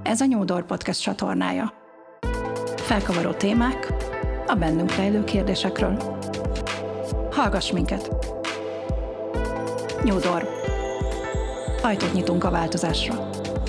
Ez a New Door Podcast csatornája. Felkavaró témák a bennünk rejlő kérdésekről. Hallgass minket! New Door. Ajtót nyitunk a változásra.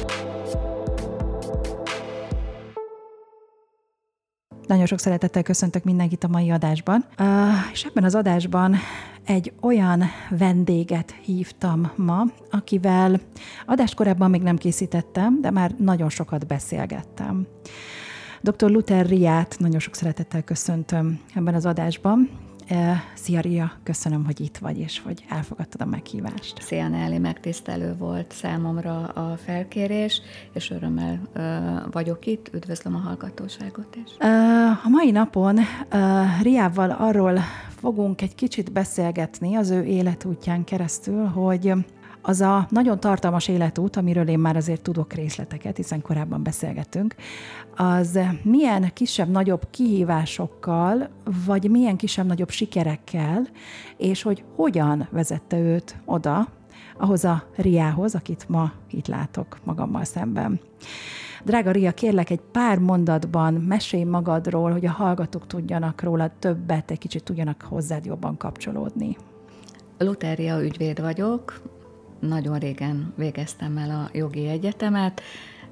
Nagyon sok szeretettel köszöntök mindenkit a mai adásban. És ebben az adásban egy olyan vendéget hívtam ma, akivel adást korábban még nem készítettem, de már nagyon sokat beszélgettem. Dr. Luther Riát nagyon sok szeretettel köszöntöm ebben az adásban. Szia, Ria, köszönöm, hogy itt vagy, és hogy elfogadtad a meghívást. Szia, Nelly, megtisztelő volt számomra a felkérés, és örömmel vagyok itt, üdvözlöm a hallgatóságot is. A mai napon Riával arról fogunk egy kicsit beszélgetni az ő életútján keresztül, hogy az a nagyon tartalmas életút, amiről én már azért tudok részleteket, hiszen korábban beszélgettünk, az milyen kisebb-nagyobb kihívásokkal, vagy milyen kisebb-nagyobb sikerekkel, és hogy hogyan vezette őt oda, ahhoz a Riához, akit ma itt látok magammal szemben. Drága Ria, kérlek, egy pár mondatban mesélj magadról, hogy a hallgatók tudjanak róla többet, egy kicsit tudjanak hozzád jobban kapcsolódni. Luther Ria ügyvéd vagyok, nagyon régen végeztem el a jogi egyetemet,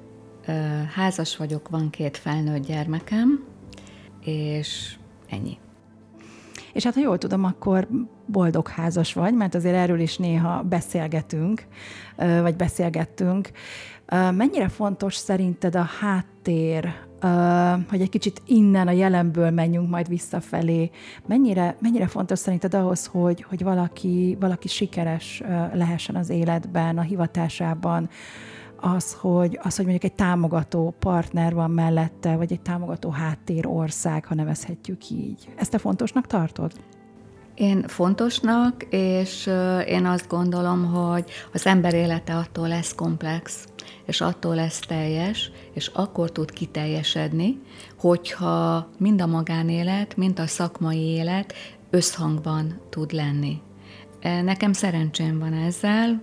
házas vagyok, van 2 felnőtt gyermekem, és ennyi. És hát, ha jól tudom, akkor boldog házas vagy, mert azért erről is néha beszélgetünk, vagy beszélgettünk. Mennyire fontos szerinted a háttér, hogy egy kicsit innen a jelenből menjünk majd visszafelé? Mennyire fontos szerinted ahhoz, hogy valaki sikeres lehessen az életben, a hivatásában, az, hogy mondjuk egy támogató partner van mellette, vagy egy támogató háttérország, ha nevezhetjük így. Ezt te fontosnak tartod? Én fontosnak, és én azt gondolom, hogy az ember élete attól lesz komplex, és attól lesz teljes, és akkor tud kiteljesedni, hogyha mind a magánélet, mind a szakmai élet összhangban tud lenni. Nekem szerencsém van ezzel,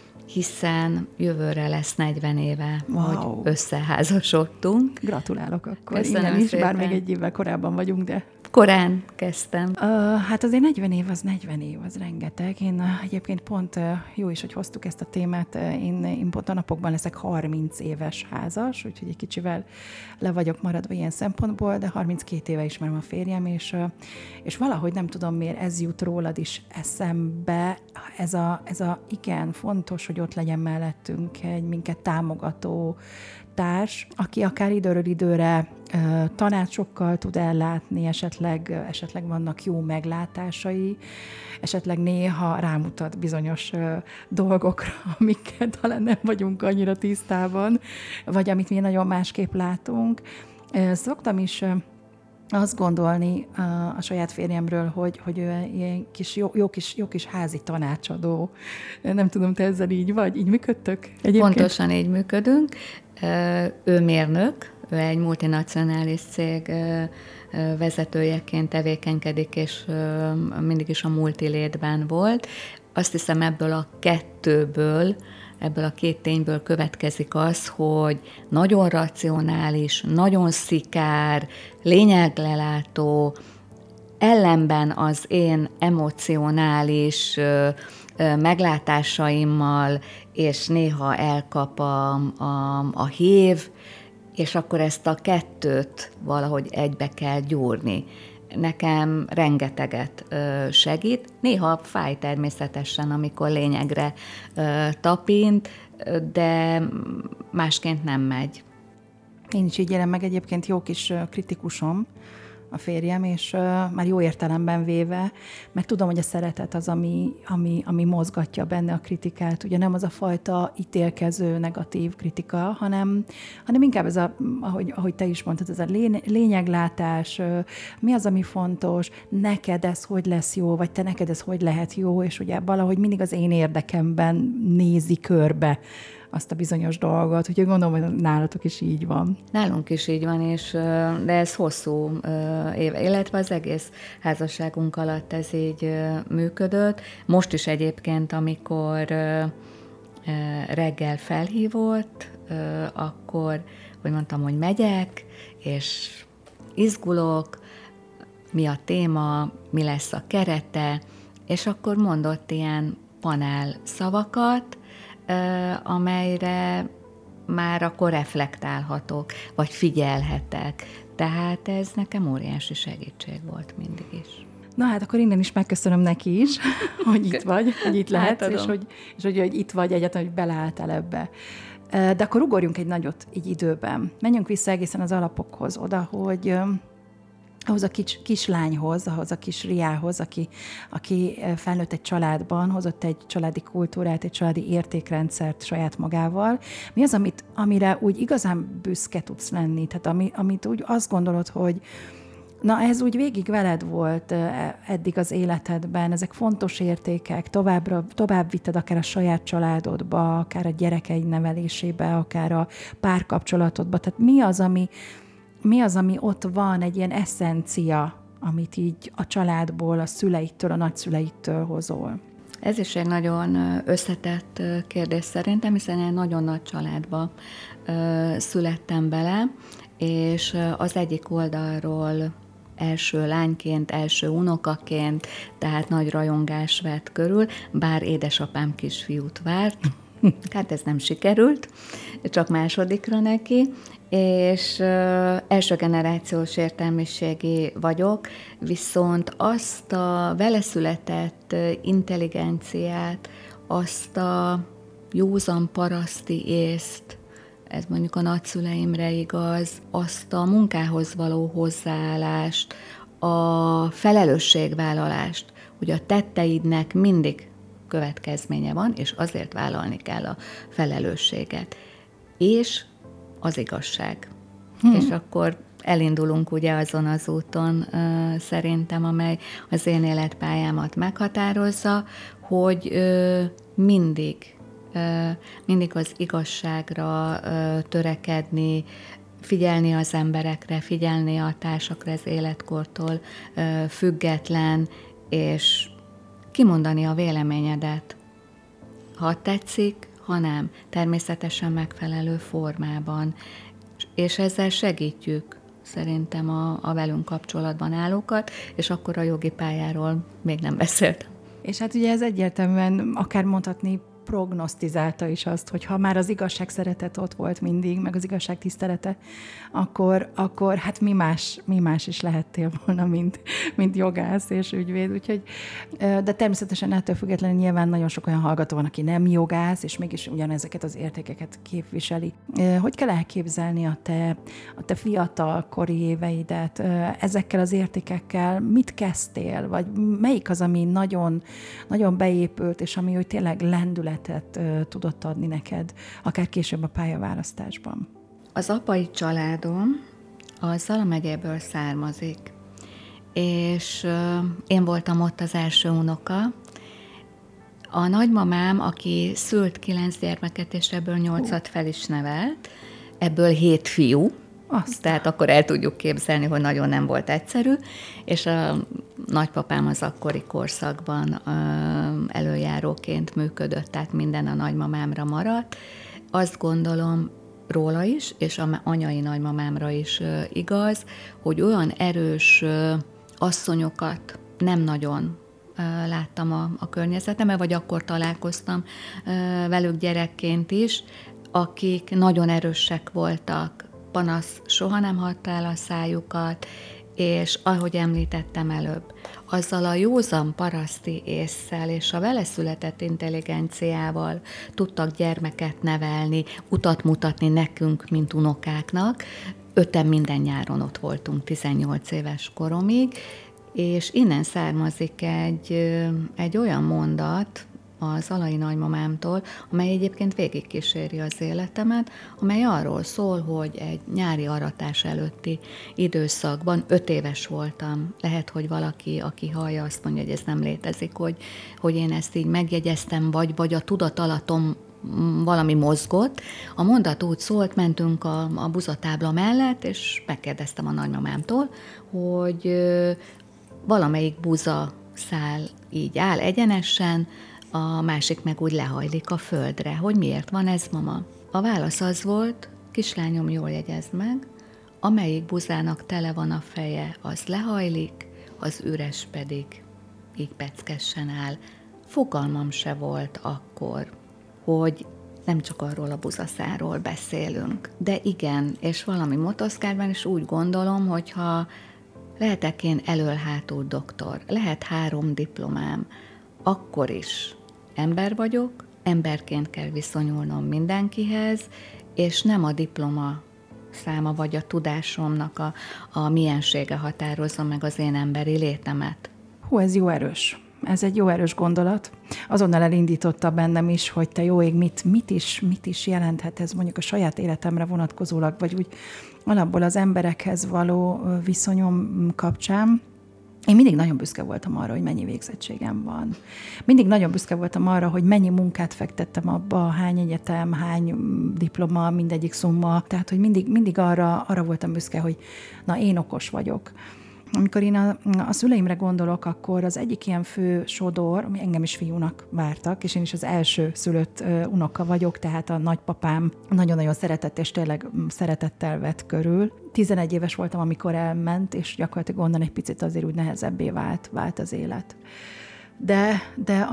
hiszen jövőre lesz 40 éve, hogy összeházasodtunk. Gratulálok akkor. Köszönöm Innen is, szépen. bár még egy évvel korábban vagyunk, de... Korán kezdtem. Hát azért 40 év, az rengeteg. Én egyébként pont jó is, hogy hoztuk ezt a témát. Én pont a napokban leszek 30 éves házas, úgyhogy egy kicsivel le vagyok maradva ilyen szempontból, de 32 éve ismerem a férjem, és valahogy nem tudom miért, ez jut rólad is eszembe. Ez a igen fontos, hogy ott legyen mellettünk egy minket támogató társ, aki akár időről időre tanácsokkal tud ellátni, esetleg vannak jó meglátásai, esetleg néha rámutat bizonyos dolgokra, amikkel talán nem vagyunk annyira tisztában, vagy amit mi nagyon másképp látunk. Szoktam is azt gondolni a saját férjemről, hogy ő ilyen kis, jó kis házi tanácsadó. Nem tudom, te ezzel így vagy? Így működtök egyébként? Pontosan így működünk. Ő mérnök, ő egy multinacionális cég vezetőjeként tevékenykedik, és mindig is a multilétben volt. Azt hiszem ebből a 2 tényből következik az, hogy nagyon racionális, nagyon szikár, lényeglelátó, ellenben az én emocionális meglátásaimmal, és néha elkap a hév, és akkor ezt a 2 valahogy egybe kell gyúrni. Nekem rengeteget segít, néha fáj természetesen, amikor lényegre tapint, de másként nem megy. Én is így élem meg, egyébként jó kis kritikusom a férjem, és már jó értelemben véve, mert tudom, hogy a szeretet az, ami mozgatja benne a kritikát. Ugye nem az a fajta ítélkező, negatív kritika, hanem inkább ez ahogy te is mondtad, ez a lényeglátás, mi az, ami fontos, neked ez hogy lesz jó, vagy te neked ez hogy lehet jó, és ugye valahogy mindig az én érdekemben nézi körbe azt a bizonyos dolgot, úgyhogy gondolom, hogy nálatok is így van. Nálunk is így van, de ez hosszú éve, illetve az egész házasságunk alatt ez így működött. Most is egyébként, amikor reggel felhívott, akkor, hogy mondtam, hogy megyek, és izgulok, mi a téma, mi lesz a kerete, és akkor mondott ilyen panel szavakat, amelyre már akkor reflektálhatok, vagy figyelhetek. Tehát ez nekem óriási segítség volt mindig is. Na hát akkor innen is megköszönöm neki is, hogy itt vagy, hogy itt lehetsz, és hogy itt vagy egyáltalán, hogy beleálltál ebbe. De akkor ugorjunk egy nagyot így időben. Menjünk vissza egészen az alapokhoz, oda, hogy ahhoz a kislányhoz, ahhoz a kis Riához, aki felnőtt egy családban, hozott egy családi kultúrát, egy családi értékrendszert saját magával. Mi az, amire úgy igazán büszke tudsz lenni? Tehát amit úgy azt gondolod, hogy na, ez úgy végig veled volt eddig az életedben, ezek fontos értékek, tovább vitted akár a saját családodba, akár a gyerekeid nevelésébe, akár a párkapcsolatodba. Tehát mi az, ami ott van, egy ilyen eszencia, amit így a családból, a szüleitől, a nagyszüleitől hozol? Ez is egy nagyon összetett kérdés szerintem, hiszen egy nagyon nagy családba születtem bele, és az egyik oldalról első lányként, első unokaként, tehát nagy rajongás vett körül, bár édesapám kisfiút várt, hát ez nem sikerült, csak másodikra neki, és első generációs értelmiségi vagyok, viszont azt a veleszületett intelligenciát, azt a józan paraszti észt, ez mondjuk a nagyszüleimre igaz, azt a munkához való hozzáállást, a felelősségvállalást, hogy a tetteidnek mindig következménye van, és azért vállalni kell a felelősséget. És az igazság. És akkor elindulunk ugye azon az úton szerintem, amely az én életpályámat meghatározza, hogy mindig az igazságra törekedni, figyelni az emberekre, figyelni a társakra, az életkortól független, és kimondani a véleményedet. Ha tetszik, ha nem, természetesen megfelelő formában. És ezzel segítjük szerintem a velünk kapcsolatban állókat, és akkor a jogi pályáról még nem beszéltem. És hát ugye ez egyértelműen akár mondhatni prognosztizálta is azt, hogy ha már az igazság szeretet ott volt mindig, meg az igazság tisztelete, akkor hát mi más is lehettél volna, mint jogász és ügyvéd. Úgyhogy, de természetesen ettől függetlenül nyilván nagyon sok olyan hallgató van, aki nem jogász, és mégis ugyanezeket az értékeket képviseli. Hogy kell elképzelni a te fiatal kori éveidet ezekkel az értékekkel? Mit kezdtél? Vagy melyik az, ami nagyon, nagyon beépült, és ami hogy tényleg lendületet tudott adni neked, akár később a pályaválasztásban? Az apai családom az Zala megyéből származik, és én voltam ott az első unoka. A nagymamám, aki szült 9 gyermeket, és ebből 8-at fel is nevelt, ebből 7 fiú, tehát akkor el tudjuk képzelni, hogy nagyon nem volt egyszerű, és a nagypapám az akkori korszakban előjáróként működött, tehát minden a nagymamámra maradt. Azt gondolom róla is, és a anyai nagymamámra is igaz, hogy olyan erős asszonyokat nem nagyon láttam a környezetemben, vagy akkor találkoztam velük gyerekként is, akik nagyon erősek voltak, panasz soha nem hagyta el a szájukat, és ahogy említettem előbb, azzal a józan paraszti ésszel és a veleszületett intelligenciával tudtak gyermeket nevelni, utat mutatni nekünk, mint unokáknak. 5-en minden nyáron ott voltunk 18 éves koromig, és innen származik egy olyan mondat a zalai nagymamámtól, amely egyébként végigkíséri az életemet, amely arról szól, hogy egy nyári aratás előtti időszakban 5 éves voltam. Lehet, hogy valaki, aki hallja, azt mondja, hogy ez nem létezik, hogy én ezt így megjegyeztem, vagy a tudatalattom valami mozgott. A mondat úgy szólt, mentünk a buzatábla mellett, és megkérdeztem a nagymamámtól, hogy valamelyik buza szál így áll egyenesen, a másik meg úgy lehajlik a földre. Hogy miért van ez, mama? A válasz az volt, kislányom, jól jegyezd meg, amelyik buzának tele van a feje, az lehajlik, az üres pedig így peckessen áll. Fogalmam se volt akkor, hogy nem csak arról a buzaszáról beszélünk. De igen, és valami motoszkárban is úgy gondolom, hogyha lehetek én elől-hátul doktor, lehet 3 diplomám, akkor is ember vagyok, emberként kell viszonyulnom mindenkihez, és nem a diploma száma vagy a tudásomnak a miensége határozza meg az én emberi létemet. Hú, ez jó erős. Ez egy jó erős gondolat. Azonnal elindította bennem is, hogy te jó ég, mit is jelenthet ez mondjuk a saját életemre vonatkozólag, vagy úgy alapból az emberekhez való viszonyom kapcsán. Én mindig nagyon büszke voltam arra, hogy mennyi végzettségem van. Mindig nagyon büszke voltam arra, hogy mennyi munkát fektettem abba, hány egyetem, hány diploma, mindegyik szumma. Tehát, hogy mindig arra voltam büszke, hogy na, én okos vagyok. Amikor én a szüleimre gondolok, akkor az egyik ilyen fő sodor, ami engem is fiúnak vártak, és én is az első szülött unoka vagyok, tehát a nagypapám nagyon-nagyon szeretett, és tényleg szeretettel vett körül. 11 éves voltam, amikor elment, és gyakorlatilag onnan egy picit azért úgy nehezebbé vált az élet. De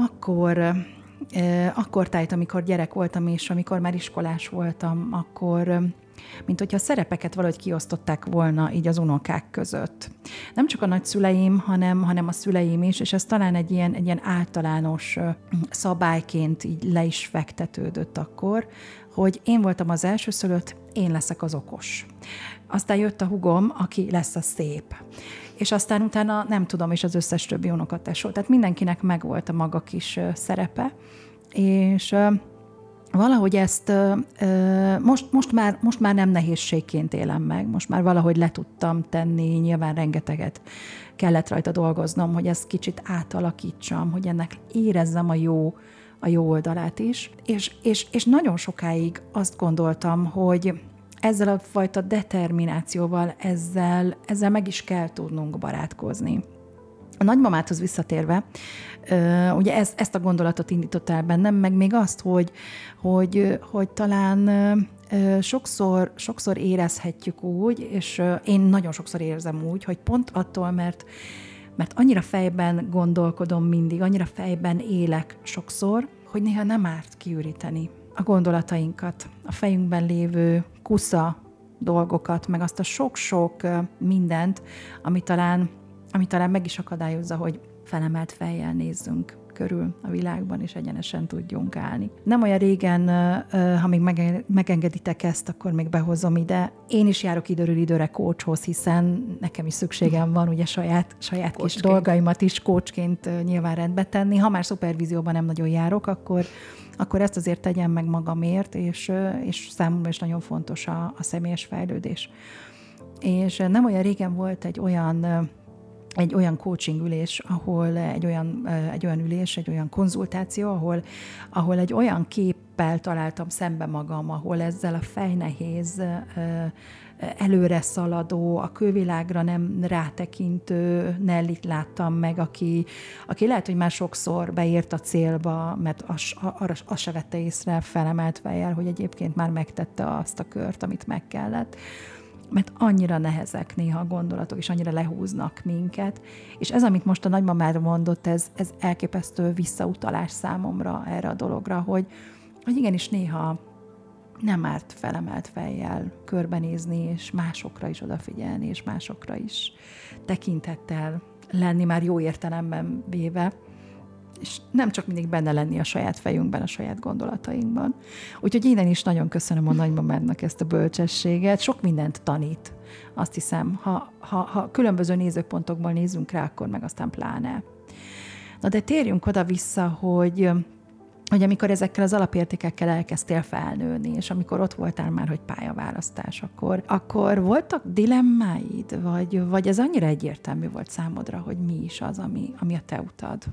akkor tájt, amikor gyerek voltam, és amikor már iskolás voltam, akkor mint hogyha a szerepeket valahogy kiosztották volna így az unokák között. Nem csak a nagyszüleim, hanem a szüleim is, és ez talán egy ilyen általános szabályként így le is fektetődött akkor, hogy én voltam az elsőszülött, én leszek az okos. Aztán jött a hugom, aki lesz a szép. És aztán utána nem tudom, és az összes többi unokatesó. Tehát mindenkinek megvolt a maga kis szerepe, és valahogy ezt most már nem nehézségként élem meg, most már valahogy le tudtam tenni, nyilván rengeteget kellett rajta dolgoznom, hogy ezt kicsit átalakítsam, hogy ennek érezzem a jó oldalát is. És nagyon sokáig azt gondoltam, hogy ezzel a fajta determinációval, ezzel meg is kell tudnunk barátkozni. A nagymamáthoz visszatérve, ugye ezt a gondolatot indította el bennem, meg még azt, hogy talán sokszor érezhetjük úgy, és én nagyon sokszor érzem úgy, hogy pont attól, mert annyira fejben gondolkodom mindig, annyira fejben élek sokszor, hogy néha nem árt kiüríteni a gondolatainkat, a fejünkben lévő kusza dolgokat, meg azt a sok-sok mindent, ami talán meg is akadályozza, hogy felemelt fejjel nézzünk körül a világban, és egyenesen tudjunk állni. Nem olyan régen, ha még megengeditek ezt, akkor még behozom ide. Én is járok időről időre coachhoz, hiszen nekem is szükségem van ugye saját kis dolgaimat is coachként nyilván rendbe tenni. Ha már szupervízióban nem nagyon járok, akkor ezt azért tegyem meg magamért, és számomra is nagyon fontos a személyes fejlődés. És nem olyan régen volt egy olyan coaching ülés, ahol egy olyan ülés, egy olyan konzultáció, ahol egy olyan képpel találtam szembe magam, ahol ezzel a fejnehéz, előre szaladó, a külvilágra nem rátekintő Nellit láttam meg, aki lehet, hogy már sokszor beért a célba, mert azt se vette észre felemelt fejjel, hogy egyébként már megtette azt a kört, amit meg kellett. Mert annyira nehezek néha a gondolatok, és annyira lehúznak minket. És ez, amit most a nagymamára mondott, ez elképesztő visszautalás számomra erre a dologra, hogy igenis néha nem árt felemelt fejjel körbenézni, és másokra is odafigyelni, és másokra is tekintettel lenni, már jó értelemben véve, és nem csak mindig benne lenni a saját fejünkben, a saját gondolatainkban. Úgyhogy innen is nagyon köszönöm a nagymamának ezt a bölcsességet. Sok mindent tanít, azt hiszem. Ha különböző nézőpontokból nézzünk rá, akkor meg aztán pláne. Na de térjünk oda-vissza, hogy amikor ezekkel az alapértékekkel elkezdtél felnőni, és amikor ott voltál már, hogy pályaválasztás, akkor voltak dilemmáid, vagy ez annyira egyértelmű volt számodra, hogy mi is az, ami a te utad?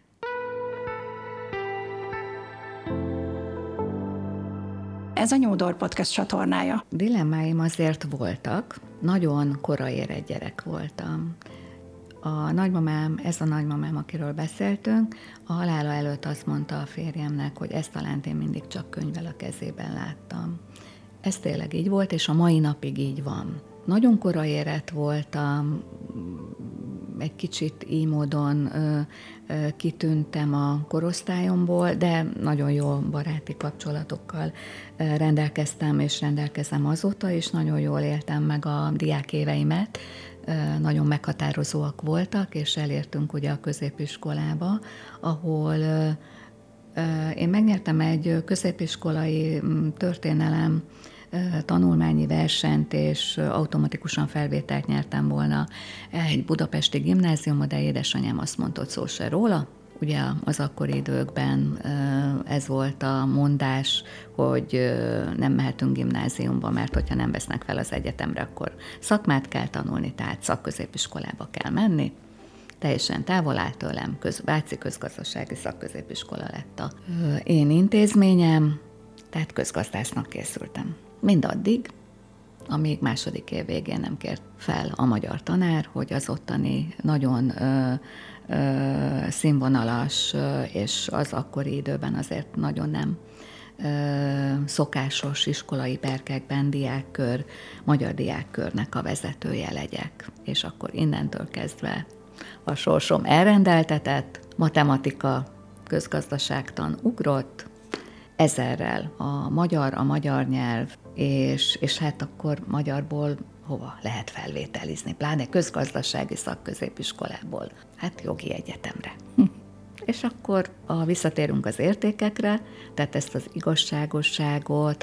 Ez a New Door Podcast csatornája. Dilemmáim azért voltak. Nagyon korai érett gyerek voltam. A nagymamám, ez a nagymamám, akiről beszéltünk, a halála előtt azt mondta a férjemnek, hogy ezt talán én mindig csak könyvvel a kezében láttam. Ez tényleg így volt, és a mai napig így van. Nagyon korai érett voltam, egy kicsit így módon kitűntem a korosztályomból, de nagyon jó baráti kapcsolatokkal rendelkeztem, és rendelkezem azóta, és nagyon jól éltem meg a diákéveimet. Nagyon meghatározóak voltak, és elértünk ugye a középiskolába, ahol én megnyertem egy középiskolai történelem tanulmányi versenyt, és automatikusan felvételt nyertem volna egy budapesti gimnáziumba, de édesanyám azt mondta, hogy szó se róla. Ugye az akkori időkben ez volt a mondás, hogy nem mehetünk gimnáziumba, mert hogyha nem vesznek fel az egyetemre, akkor szakmát kell tanulni, tehát szakközépiskolába kell menni. Teljesen távol áll tőlem, Váci közgazdasági szakközépiskola lett a én intézményem, tehát közgazdásznak készültem. Mindaddig, amíg második év végén nem kért fel a magyar tanár, hogy az ottani nagyon színvonalas, és az akkori időben azért nagyon nem szokásos iskolai berkekben diákkör, magyar diákkörnek a vezetője legyek. És akkor innentől kezdve a sorsom elrendeltetett, matematika, közgazdaságtan ugrott, ezerrel a magyar nyelv, és hát akkor magyarból hova lehet felvételizni, pláne közgazdasági szakközépiskolából, hát jogi egyetemre. És akkor visszatérünk az értékekre, tehát ezt az igazságosságot,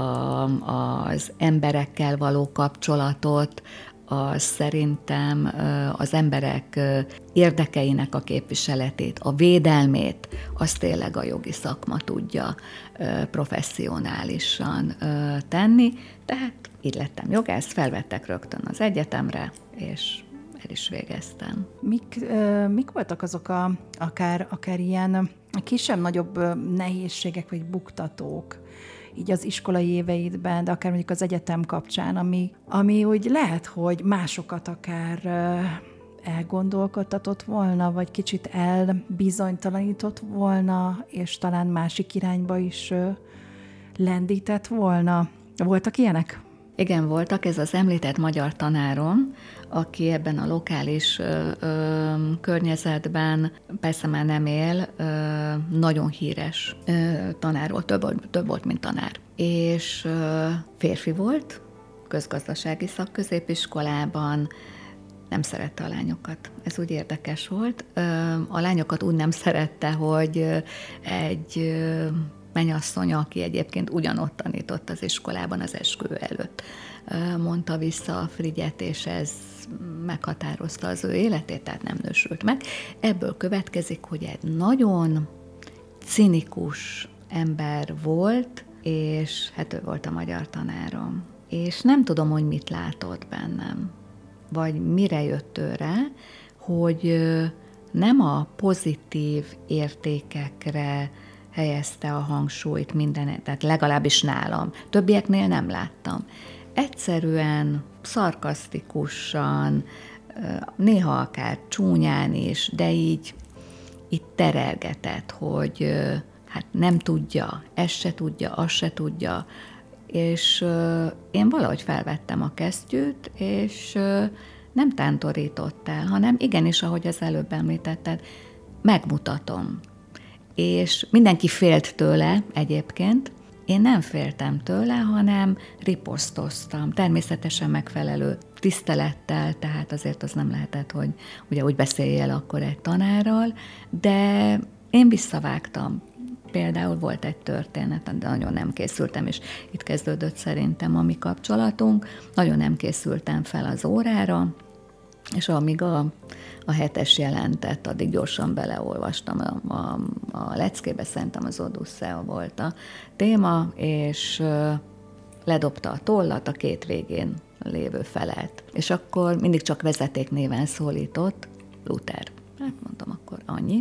az emberekkel való kapcsolatot, szerintem az emberek érdekeinek a képviseletét, a védelmét, azt tényleg a jogi szakma tudja professzionálisan tenni. Tehát így lettem jogász, felvettek rögtön az egyetemre, és el is végeztem. Mik voltak azok akár ilyen kisebb-nagyobb nehézségek vagy buktatók, így az iskolai éveidben, de akár mondjuk az egyetem kapcsán, ami úgy lehet, hogy másokat akár elgondolkodtatott volna, vagy kicsit elbizonytalanított volna, és talán másik irányba is lendített volna. Voltak ilyenek? Igen, voltak. Ez az említett magyar tanárom, aki ebben a lokális környezetben persze már nem él, nagyon híres tanár volt, több volt, mint tanár. És férfi volt, közgazdasági szakközépiskolában, nem szerette a lányokat. Ez úgy érdekes volt. A lányokat úgy nem szerette, hogy egy mennyasszony, aki egyébként ugyanott tanított az iskolában az esküvő előtt, mondta vissza a Frigyet, és ez meghatározta az ő életét, tehát nem nősült meg. Ebből következik, hogy egy nagyon cinikus ember volt, és hát ő volt a magyar tanárom. És nem tudom, hogy mit látott bennem, vagy mire jött ő rá, hogy nem a pozitív értékekre helyezte a hangsúlyt minden, tehát legalábbis nálam. Többieknél nem láttam. Egyszerűen, szarkasztikusan, néha akár csúnyán is, de így terelgetett, hogy hát nem tudja, ezt se tudja, azt se tudja, és én valahogy felvettem a kesztyűt, és nem tántorított el, hanem igenis, ahogy az előbb említetted, megmutatom. És mindenki félt tőle egyébként. Én nem féltem tőle, hanem riposztoztam. Természetesen megfelelő tisztelettel, tehát azért az nem lehetett, hogy ugye úgy beszéljél akkor egy tanárral, de én visszavágtam. Például volt egy történet, de nagyon nem készültem, és itt kezdődött szerintem a mi kapcsolatunk. Nagyon nem készültem fel az órára, és amíg a 7-es jelentett, addig gyorsan beleolvastam a leckébe, szerintem az Odusszea volt a téma, és ledobta a tollat, a két végén lévő felelt. És akkor mindig csak vezetéknéven szólított, Luther. Hát mondtam, akkor annyi.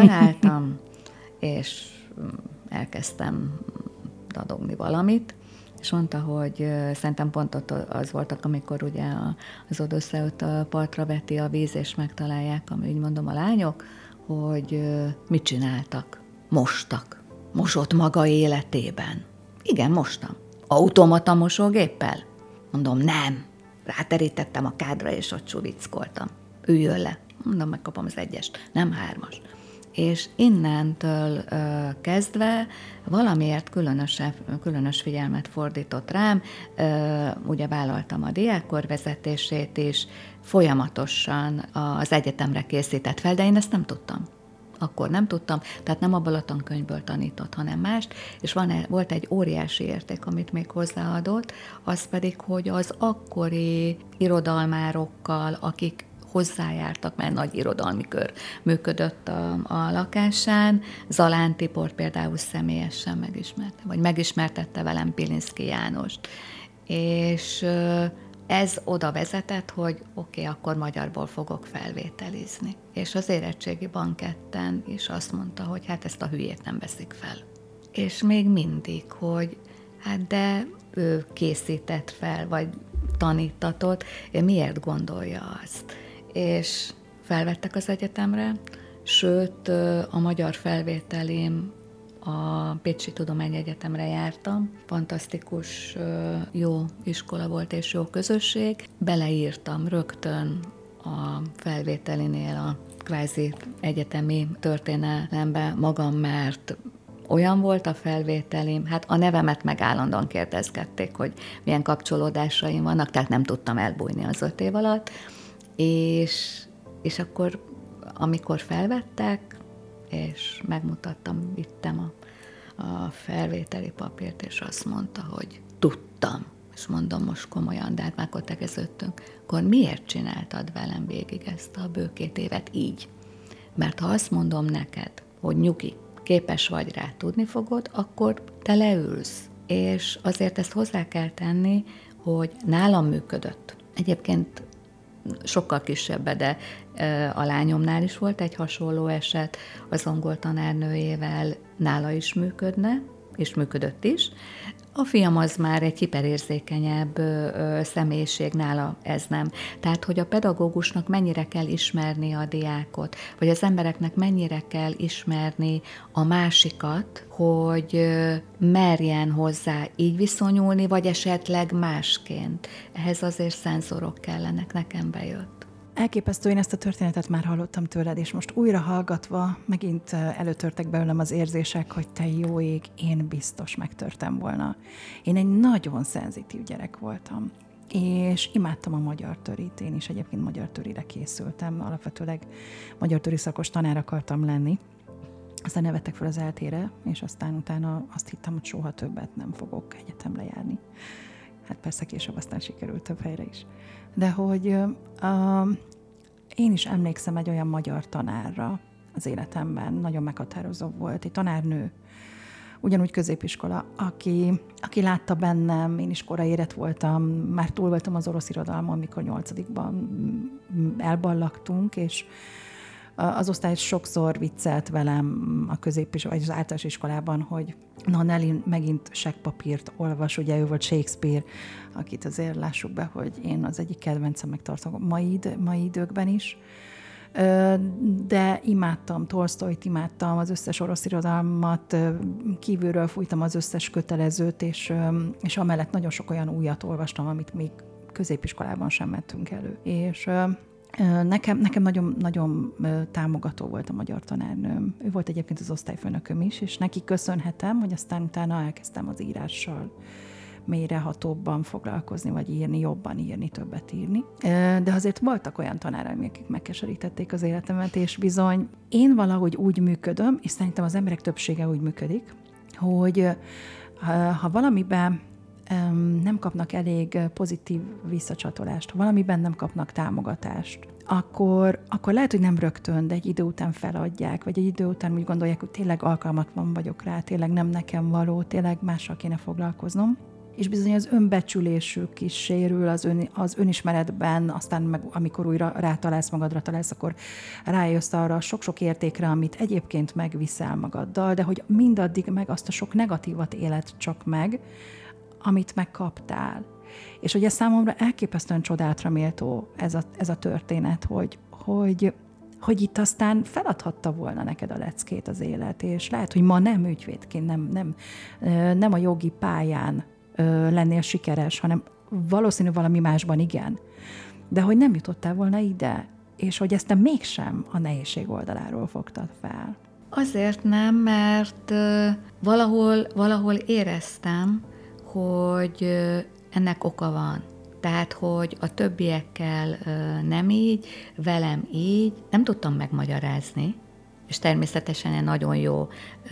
Felálltam, és elkezdtem dadogni valamit, és mondta, hogy szerintem pont ott az voltak, amikor ugye az Odösszeut a partra veti a víz, és megtalálják, úgy mondom, a lányok, hogy mit csináltak? Mostak. Mosott maga életében. Igen, mostam. Automata mosógéppel? Mondom, nem. Ráterítettem a kádra, és ott csuvickoltam. Üljön le. Mondom, megkapom az 1-est, nem 3-as. És innentől kezdve valamiért különös figyelmet fordított rám, ugye vállaltam a diákkor vezetését is, folyamatosan az egyetemre készített fel, de én ezt nem tudtam. Akkor nem tudtam, tehát nem abból a tankönyvből tanított, hanem mást, és volt egy óriási érték, amit még hozzáadott, az pedig, hogy az akkori irodalmárokkal, akik hozzájártak, mert nagy irodalmi kör működött a lakásán. Zalán Tibor például személyesen megismertette velem Pilinszky Jánost. És ez oda vezetett, hogy oké, akkor magyarból fogok felvételizni. És az érettségi banketten is azt mondta, hogy hát ezt a hülyét nem veszik fel. És még mindig, hogy hát de ő készített fel, vagy tanítatott, miért gondolja azt. És felvettek az egyetemre, sőt, a magyar felvételim a Pécsi Tudományegyetemre jártam. Fantasztikus, jó iskola volt és jó közösség. Beleírtam rögtön a felvételinél a kvázi egyetemi történelembe magam, mert olyan volt a felvételim, hát a nevemet meg állandóan kérdezgették, hogy milyen kapcsolódásaim vannak, tehát nem tudtam elbújni az 5 év alatt. És akkor, amikor felvettek, és megmutattam, vittem a felvételi papírt, és azt mondta, hogy tudtam. És mondom, most komolyan, de hát már akkor tegeződtünk. Akkor miért csináltad velem végig ezt a bő 2 évet így? Mert ha azt mondom neked, hogy nyugi, képes vagy rá, tudni fogod, akkor te leülsz. És azért ezt hozzá kell tenni, hogy nálam működött. Egyébként sokkal kisebb, de a lányomnál is volt egy hasonló eset, az angol tanárnőjével nála is működne, és működött is. A fiam az már egy hiperérzékenyebb személyiség, nála ez nem. Tehát, hogy a pedagógusnak mennyire kell ismerni a diákot, vagy az embereknek mennyire kell ismerni a másikat, hogy merjen hozzá így viszonyulni, vagy esetleg másként. Ehhez azért szenzorok kellenek, nekem bejött. Elképesztő, én ezt a történetet már hallottam tőled, és most újra hallgatva megint előtörtek belőlem az érzések, hogy te jó ég, én biztos megtörtem volna. Én egy nagyon szenzitív gyerek voltam, és imádtam a magyar törit. Én is egyébként magyar törire készültem, alapvetőleg magyar töri szakos tanár akartam lenni. Aztán ne vettek fel az eltére, és aztán utána azt hittem, hogy soha többet nem fogok egyetemre járni. Hát persze később aztán sikerült több helyre is. De hogy én is emlékszem egy olyan magyar tanárra az életemben, nagyon meghatározó volt, egy tanárnő, ugyanúgy középiskola, aki látta bennem, én is korai érett voltam, már túl voltam az orosz irodalmon, mikor 8-ban elballagtunk, és az osztály sokszor viccelt velem a vagy az általános iskolában, hogy na, Nelly megint seggpapírt olvas, ugye ő volt Shakespeare, akit azért lássuk be, hogy én az egyik kedvencemnek tartom mai időkben is. De imádtam Tolsztojt, imádtam az összes orosz irodalmat, kívülről fújtam az összes kötelezőt, és amellett nagyon sok olyan újat olvastam, amit még középiskolában sem mentünk elő. És nekem nagyon, nagyon támogató volt a magyar tanárnőm. Ő volt egyébként az osztályfőnököm is, és neki köszönhetem, hogy aztán utána elkezdtem az írással mélyrehatóbban foglalkozni, vagy írni, jobban írni, többet írni. De azért voltak olyan tanáraim, akik megkeserítették az életemet, és bizony én valahogy úgy működöm, és szerintem az emberek többsége úgy működik, hogy ha valamiben nem kapnak elég pozitív visszacsatolást, ha valamiben nem kapnak támogatást, akkor lehet, hogy nem rögtön, de egy idő után feladják, vagy egy idő után úgy gondolják, hogy tényleg alkalmatlan vagyok rá, tényleg nem nekem való, tényleg mással kéne foglalkoznom. És bizony az önbecsülésük is sérül az önismeretben, aztán meg amikor újra rátalálsz, magadra találsz, akkor rájössz arra sok-sok értékre, amit egyébként megviszel magaddal, de hogy mindaddig meg azt a sok negatívat éled csak meg, amit megkaptál. És ugye számomra elképesztően csodálatra méltó ez a történet, hogy itt aztán feladhatta volna neked a leckét az élet, és lehet, hogy ma nem ügyvédként, nem a jogi pályán lennél sikeres, hanem valószínű valami másban igen. De hogy nem jutottál volna ide, és hogy ezt te mégsem a nehézség oldaláról fogtad fel. Azért nem, mert valahol éreztem, hogy ennek oka van. Tehát, hogy a többiekkel nem így, velem így, nem tudtam megmagyarázni, és természetesen egy nagyon jó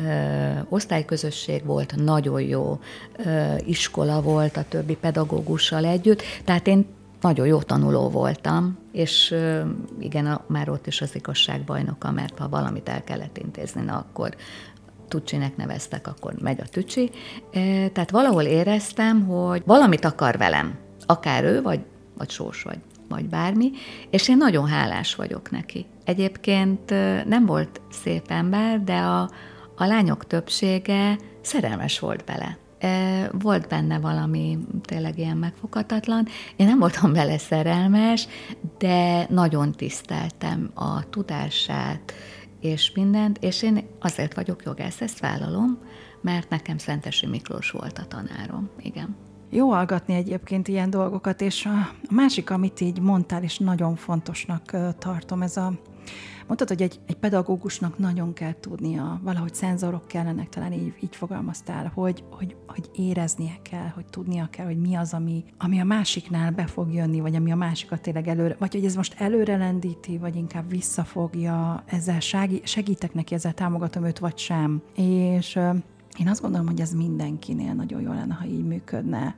osztályközösség volt, nagyon jó iskola volt a többi pedagógussal együtt, tehát én nagyon jó tanuló voltam, és igen, már ott is az igazságbajnoka, mert ha valamit el kellett intézni, akkor Tucsinek neveztek, akkor megy a Tücsi. Tehát valahol éreztem, hogy valamit akar velem, akár ő, vagy sors, vagy bármi, és én nagyon hálás vagyok neki. Egyébként nem volt szép ember, de a lányok többsége szerelmes volt bele. Volt benne valami tényleg ilyen megfoghatatlan. Én nem voltam vele szerelmes, de nagyon tiszteltem a tudását, és mindent, és én azért vagyok jogász, ezt vállalom, mert nekem Szentesi Miklós volt a tanárom, igen. Jó hallgatni egyébként ilyen dolgokat, és a másik, amit így mondtál, és nagyon fontosnak tartom, mondtad, hogy egy pedagógusnak nagyon kell tudnia, valahogy szenzorok kellenek, talán így fogalmaztál, hogy éreznie kell, hogy tudnia kell, hogy mi az, ami a másiknál be fog jönni, vagy ami a másikat tényleg előre, vagy hogy ez most előre lendíti, vagy inkább visszafogja, ezzel segítek neki, ezzel támogatom őt, vagy sem. És én azt gondolom, hogy ez mindenkinél nagyon jó lenne, ha így működne,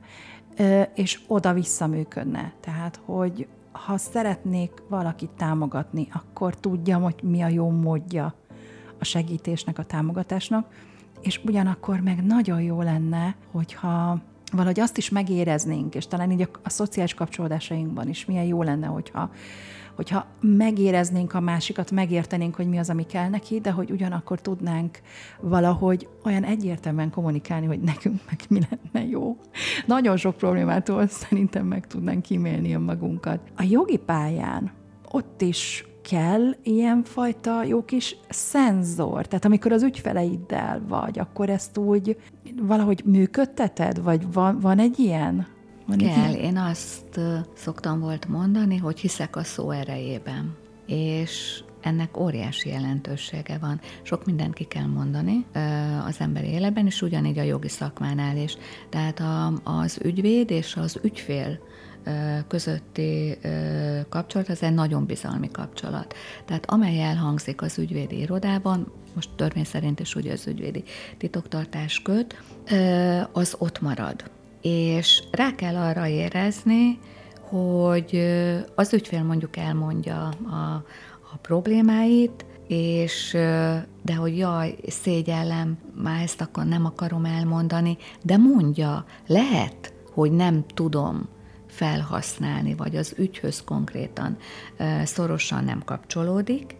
és oda-vissza működne. Tehát, hogy ha szeretnék valakit támogatni, akkor tudjam, hogy mi a jó módja a segítésnek, a támogatásnak, és ugyanakkor meg nagyon jó lenne, hogyha valahogy azt is megéreznénk, és talán így a szociális kapcsolódásainkban is milyen jó lenne, hogyha megéreznénk a másikat, megértenénk, hogy mi az, ami kell neki, de hogy ugyanakkor tudnánk valahogy olyan egyértelműen kommunikálni, hogy nekünk meg mi lenne jó. Nagyon sok problémától szerintem meg tudnánk kímélni magunkat. A jogi pályán ott is kell ilyenfajta jó kis szenzor. Tehát amikor az ügyfeleiddel vagy, akkor ezt úgy valahogy működteted, vagy van egy ilyen? Kell, én azt szoktam volt mondani, hogy hiszek a szó erejében, és ennek óriási jelentősége van. Sok mindent ki kell mondani az emberi életben, és ugyanígy a jogi szakmánál is. Tehát az ügyvéd és az ügyfél közötti kapcsolat, az egy nagyon bizalmi kapcsolat. Tehát amely elhangzik az ügyvédi irodában, most törvény szerint is ugye az ügyvédi titoktartás köt, az ott marad. És rá kell arra érezni, hogy az ügyfél mondjuk elmondja a problémáit, és de hogy jaj, szégyellem, már ezt akkor nem akarom elmondani, de mondja, lehet, hogy nem tudom felhasználni, vagy az ügyhöz konkrétan szorosan nem kapcsolódik,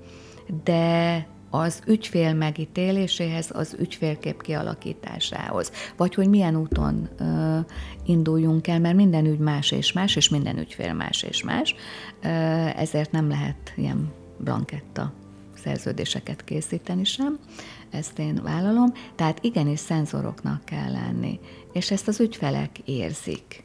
de az ügyfél megítéléséhez, az ügyfélkép kialakításához, vagy hogy milyen úton induljunk el, mert minden ügy más, és minden ügyfél más és más, ezért nem lehet ilyen blanketta szerződéseket készíteni sem, ezt én vállalom, tehát igenis szenzoroknak kell lenni, és ezt az ügyfelek érzik.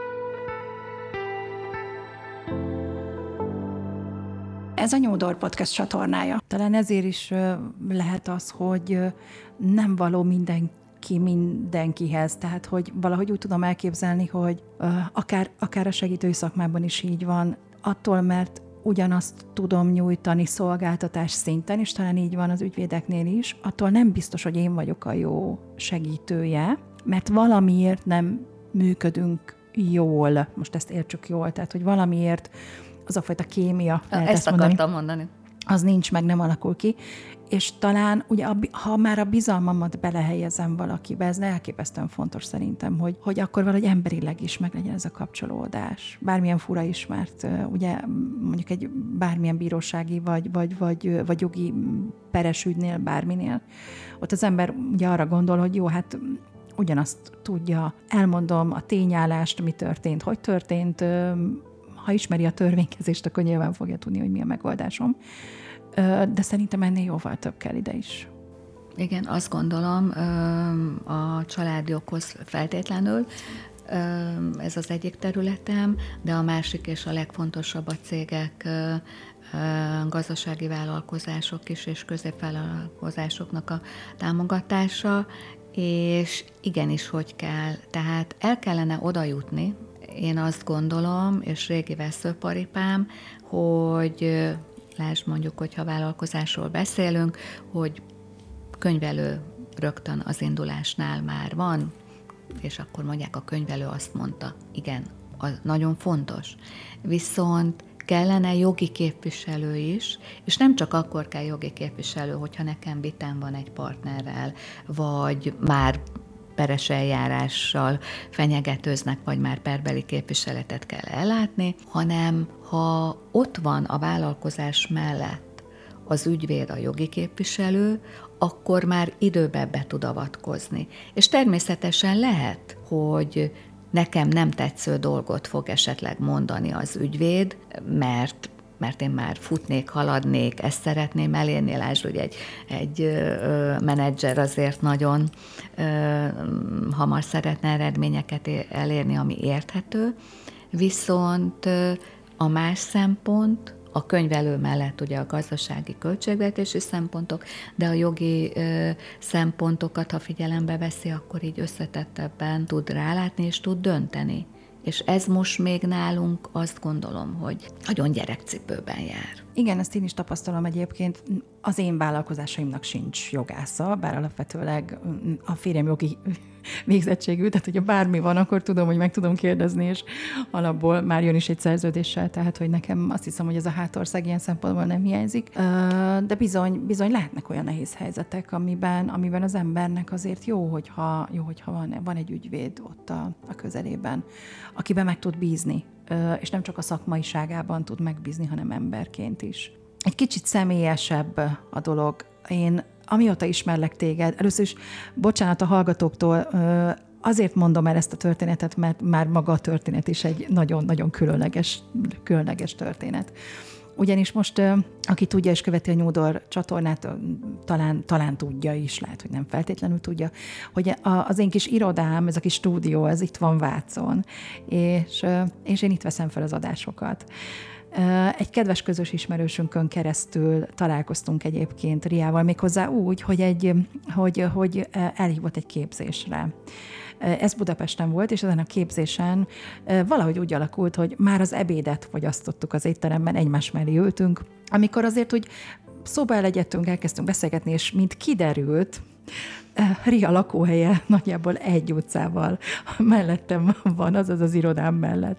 Ez a New Door Podcast csatornája. Talán ezért is lehet az, hogy nem való mindenkihez. Tehát, hogy valahogy úgy tudom elképzelni, hogy akár a segítői szakmában is így van, attól, mert ugyanazt tudom nyújtani szolgáltatás szinten, és talán így van az ügyvédeknél is, attól nem biztos, hogy én vagyok a jó segítője, mert valamiért nem működünk jól. Most ezt értsük jól, tehát, hogy valamiért az a fajta kémia, ezt akartam mondani. Az nincs meg, nem alakul ki. És talán, ugye, ha már a bizalmamat belehelyezem valakibe, ez elképesztően fontos szerintem, hogy akkor valahogy emberileg is meglegyen ez a kapcsolódás. Bármilyen fura is, mert ugye mondjuk egy bármilyen bírósági vagy jogi peres ügynél, bárminél, ott az ember ugye arra gondol, hogy jó, hát ugyanazt tudja, elmondom a tényállást, mi történt, hogy történt, ha ismeri a törvénykezést, akkor nyilván fogja tudni, hogy mi a megoldásom. De szerintem ennél jóval több kell ide is. Igen, azt gondolom, a családi okhoz feltétlenül, ez az egyik területem, de a másik és a legfontosabb a cégek, gazdasági vállalkozások is, és középvállalkozásoknak a támogatása, és igenis, hogy kell. Tehát el kellene oda jutni, én azt gondolom, és régi veszőparipám, hogy lásd mondjuk, hogyha vállalkozásról beszélünk, hogy könyvelő rögtön az indulásnál már van, és akkor mondják, a könyvelő azt mondta, igen, az nagyon fontos. Viszont kellene jogi képviselő is, és nem csak akkor kell jogi képviselő, hogyha nekem vitám van egy partnerrel, vagy már peres eljárással fenyegetőznek, vagy már perbeli képviseletet kell ellátni, hanem ha ott van a vállalkozás mellett az ügyvéd, a jogi képviselő, akkor már időben be tud avatkozni. És természetesen lehet, hogy nekem nem tetsző dolgot fog esetleg mondani az ügyvéd, mert én már futnék, haladnék, ezt szeretném elérni, lásd, hogy egy menedzser azért nagyon hamar szeretne eredményeket elérni, ami érthető, viszont a más szempont, a könyvelő mellett ugye a gazdasági költségvetési szempontok, de a jogi szempontokat, ha figyelembe veszi, akkor így összetettebben tud rálátni és tud dönteni. És ez most még nálunk azt gondolom, hogy nagyon gyerekcipőben jár. Igen, ezt én is tapasztalom egyébként. Az én vállalkozásaimnak sincs jogásza, bár alapvetőleg a férjem jogi végzettségű, tehát hogyha bármi van, akkor tudom, hogy meg tudom kérdezni, és alapból már jön is egy szerződéssel, tehát hogy nekem azt hiszem, hogy ez a hátország ilyen szempontból nem hiányzik. De bizony lehetnek olyan nehéz helyzetek, amiben az embernek azért jó, hogyha van egy ügyvéd ott a közelében, akiben meg tud bízni, és nem csak a szakmaiságában tud megbízni, hanem emberként is. Egy kicsit személyesebb a dolog. Én amióta ismerlek téged, először is bocsánat a hallgatóktól, azért mondom el ezt a történetet, mert már maga a történet is egy nagyon-nagyon különleges történet. Ugyanis most, aki tudja és követi a Nyúdor csatornát, talán tudja is, lehet, hogy nem feltétlenül tudja, hogy az én kis irodám, ez a kis stúdió, ez itt van Vácon, és én itt veszem fel az adásokat. Egy kedves közös ismerősünkön keresztül találkoztunk egyébként Riával, méghozzá úgy, hogy elhívott egy képzésre. Ez Budapesten volt, és ezen a képzésen valahogy úgy alakult, hogy már az ebédet fogyasztottuk az étteremben, egymás mellé ültünk, amikor azért úgy szóba elegyedtünk, elkezdtünk beszélgetni, és mint kiderült, Ria lakóhelye nagyjából egy utcával mellettem van, azaz az irodám mellett,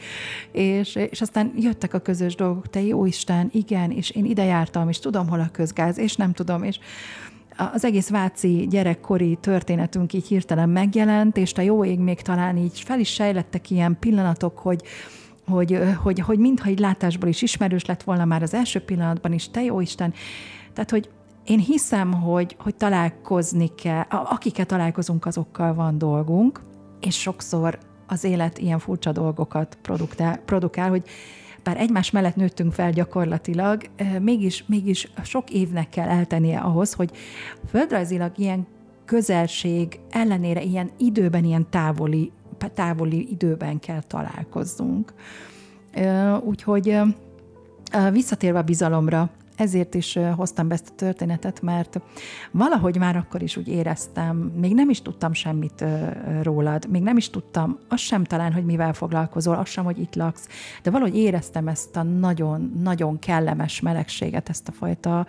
és aztán jöttek a közös dolgok, te jó Isten, igen, és én ide jártam, és tudom, hol a közgáz, és nem tudom, és az egész váci gyerekkori történetünk így hirtelen megjelent, és te jó ég, még talán így fel is sejlettek ilyen pillanatok, hogy mintha így látásból is ismerős lett volna már az első pillanatban is, te jó Isten. Tehát, hogy én hiszem, hogy találkozni kell, akikkel találkozunk, azokkal van dolgunk, és sokszor az élet ilyen furcsa dolgokat produkál, hogy bár egymás mellett nőttünk fel gyakorlatilag, mégis sok évnek kell eltennie ahhoz, hogy földrajzilag ilyen közelség ellenére ilyen időben, ilyen távoli időben kell találkozzunk. Úgyhogy visszatérve a bizalomra, ezért is hoztam be ezt a történetet, mert valahogy már akkor is úgy éreztem, még nem is tudtam semmit rólad, még nem is tudtam, azt sem talán, hogy mivel foglalkozol, azt sem, hogy itt laksz, de valahogy éreztem ezt a nagyon kellemes melegséget, ezt a fajta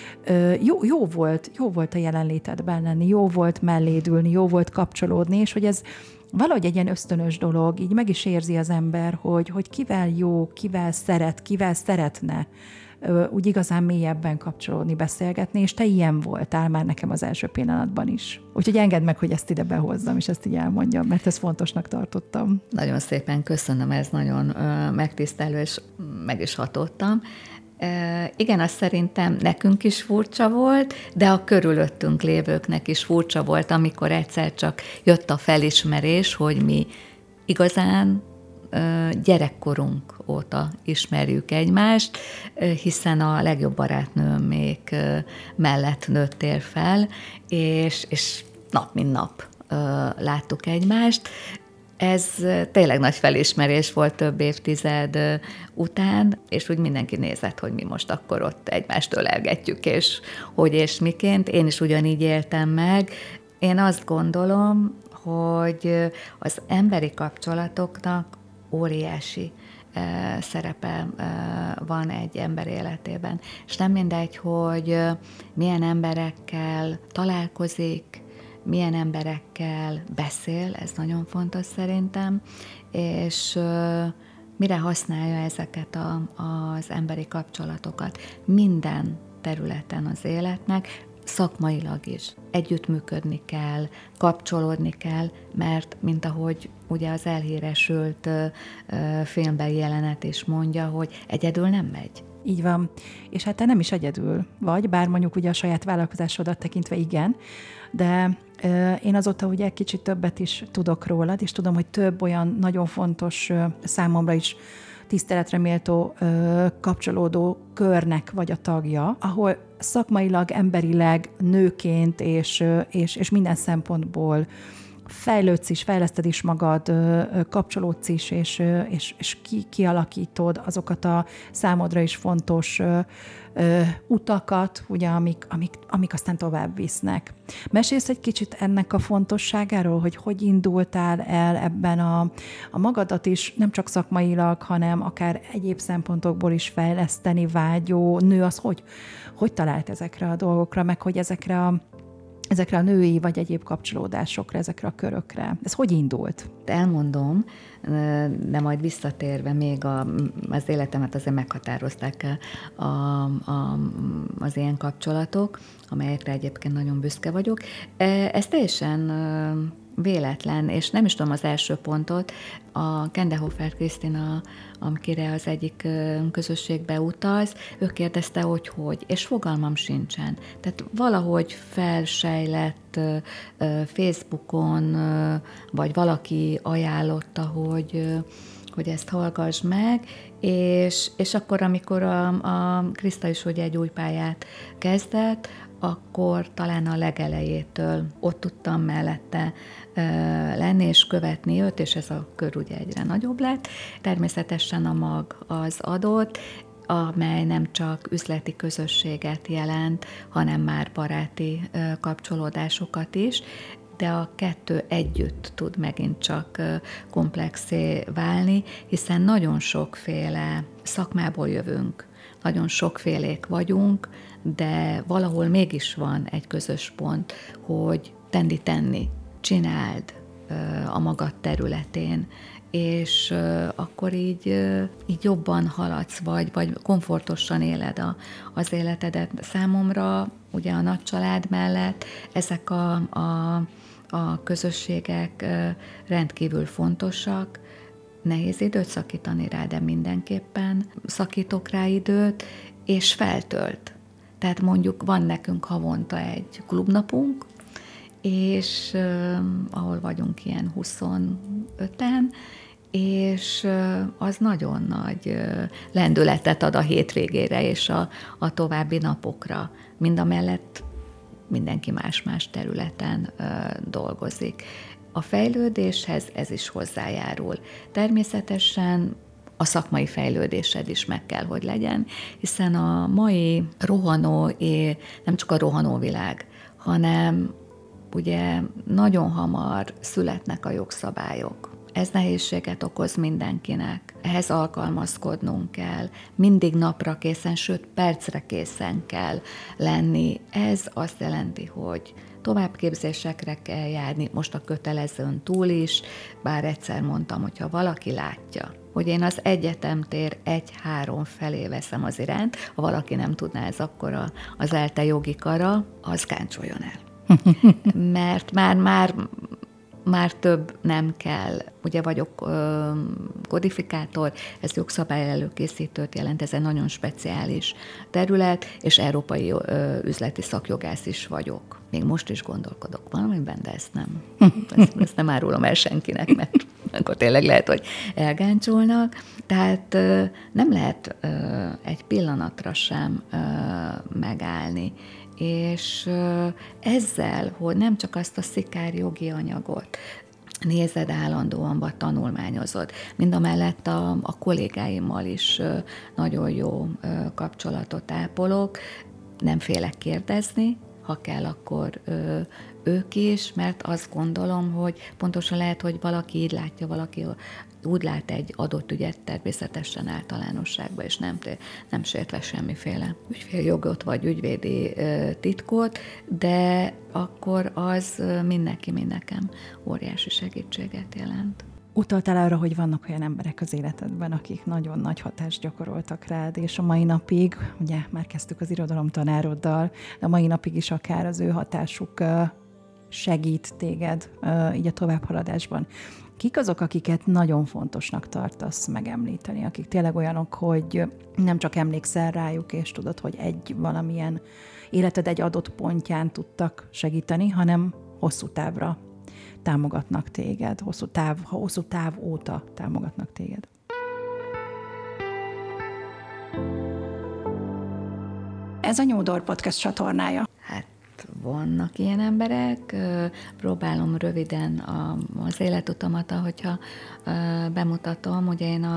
jó volt a jelenlétedben lenni, jó volt melléd ülni, jó volt kapcsolódni, és hogy ez valahogy egy ilyen ösztönös dolog, így meg is érzi az ember, hogy kivel jó, kivel szeret, kivel szeretne úgy igazán mélyebben kapcsolódni, beszélgetni, és te ilyen voltál már nekem az első pillanatban is. Úgyhogy engedd meg, hogy ezt ide behozzam, és ezt így elmondjam, mert ezt fontosnak tartottam. Nagyon szépen köszönöm, ez nagyon megtisztelő, és meg is hatottam. Igen, azt szerintem nekünk is furcsa volt, de a körülöttünk lévőknek is furcsa volt, amikor egyszer csak jött a felismerés, hogy mi igazán gyerekkorunk óta ismerjük egymást, hiszen a legjobb barátnőmék mellett nőttél fel, és nap mint nap láttuk egymást. Ez tényleg nagy felismerés volt több évtized után, és úgy mindenki nézett, hogy mi most akkor ott egymást ölelgetjük, és hogy és miként. Én is ugyanígy éltem meg. Én azt gondolom, hogy az emberi kapcsolatoknak óriási szerepe van egy ember életében. És nem mindegy, hogy milyen emberekkel találkozik, milyen emberekkel beszél, ez nagyon fontos szerintem, és mire használja ezeket az emberi kapcsolatokat. Minden területen az életnek, szakmailag is. Együttműködni kell, kapcsolódni kell, mert mint ahogy ugye az elhíresült filmbeli jelenet is mondja, hogy egyedül nem megy. Így van. És hát te nem is egyedül vagy, bár mondjuk ugye a saját vállalkozásodat tekintve igen, de én azóta ugye kicsit többet is tudok rólad, és tudom, hogy több olyan nagyon fontos számomra is tiszteletre méltó kapcsolódó körnek vagy a tagja, ahol szakmailag, emberileg, nőként és minden szempontból fejlődsz is, fejleszted is magad, kapcsolódsz is, és kialakítod azokat a számodra is fontos utakat, ugye, amik aztán tovább visznek. Mesélsz egy kicsit ennek a fontosságáról, hogy indultál el ebben a magadat is, nem csak szakmailag, hanem akár egyéb szempontokból is fejleszteni vágyó nő, az hogy talált ezekre a dolgokra, meg hogy ezekre a női vagy egyéb kapcsolódásokra, ezekre a körökre. Ez hogy indult? Elmondom, de majd visszatérve még az életemet azért meghatározták az ilyen kapcsolatok, amelyekre egyébként nagyon büszke vagyok. Ez teljesen véletlen, és nem is tudom az első pontot, a Kendehofer Krisztina, amire az egyik közösségbe utaz, ő kérdezte, hogy, és fogalmam sincsen. Tehát valahogy felsejlett Facebookon, vagy valaki ajánlotta, hogy ezt hallgass meg, és akkor, amikor a Kriszta is ugye egy új pályát kezdett, akkor talán a legelejétől ott tudtam mellette lenni és követni őt, és ez a kör ugye egyre nagyobb lett. Természetesen a mag az adott, amely nem csak üzleti közösséget jelent, hanem már baráti kapcsolódásokat is, de a kettő együtt tud megint csak komplexé válni, hiszen nagyon sokféle szakmából jövünk, nagyon sokfélék vagyunk, de valahol mégis van egy közös pont, hogy tenni, csináld a magad területén, és akkor így jobban haladsz, vagy komfortosan éled az életedet. Számomra ugye a nagy család mellett ezek a közösségek rendkívül fontosak. Nehéz időt szakítani rá, de mindenképpen szakítok rá időt, és feltölt. Tehát mondjuk van nekünk havonta egy klubnapunk, és ahol vagyunk ilyen 25-en, és az nagyon nagy lendületet ad a hétvégére és a további napokra. Mindamellett mindenki más-más területen dolgozik. A fejlődéshez ez is hozzájárul. Természetesen a szakmai fejlődésed is meg kell, hogy legyen, hiszen a mai rohanó, nem csak a rohanó világ, hanem ugye nagyon hamar születnek a jogszabályok. Ez nehézséget okoz mindenkinek. Ehhez alkalmazkodnunk kell. Mindig napra készen, sőt percre készen kell lenni. Ez azt jelenti, hogy továbbképzésekre kell járni, most a kötelezőn túl is, bár egyszer mondtam, hogyha valaki látja, hogy én az egyetemtér 1-3 felé veszem az iránt, ha valaki nem tudná, ez akkor az ELTE jogi kara, az káncsoljon el. Mert már már több nem kell. Ugye vagyok kodifikátor, ez jogszabály előkészítőt jelent, ez egy nagyon speciális terület, és európai üzleti szakjogász is vagyok. Még most is gondolkodok valamiben, de ezt nem. Ezt nem árulom el senkinek, mert akkor tényleg lehet, hogy elgáncsolnak. Tehát nem lehet egy pillanatra sem megállni. És ezzel, hogy nem csak azt a szikár jogi anyagot nézed állandóan, vagy tanulmányozod, mindamellett a kollégáimmal is nagyon jó kapcsolatot ápolok, nem félek kérdezni, ha kell, akkor ők is, mert azt gondolom, hogy pontosan lehet, hogy valaki így látja, valaki úgy lát egy adott ügyet, természetesen általánosságban, és nem sértve semmiféle ügyféljogot vagy ügyvédi titkot, de akkor az mindenki, nekem óriási segítséget jelent. Utaltál arra, hogy vannak olyan emberek az életedben, akik nagyon nagy hatást gyakoroltak rád, és a mai napig, ugye már kezdtük az irodalomtanároddal, de a mai napig is akár az ő hatásuk segít téged így a továbbhaladásban. Kik azok, akiket nagyon fontosnak tartasz megemlíteni, akik tényleg olyanok, hogy nem csak emlékszel rájuk, és tudod, hogy valamilyen életed egy adott pontján tudtak segíteni, hanem hosszú távra támogatnak téged, hosszú táv óta támogatnak téged. Ez a New Door Podcast csatornája. Hát vannak ilyen emberek, próbálom röviden az életutamat, hogyha bemutatom, ugye én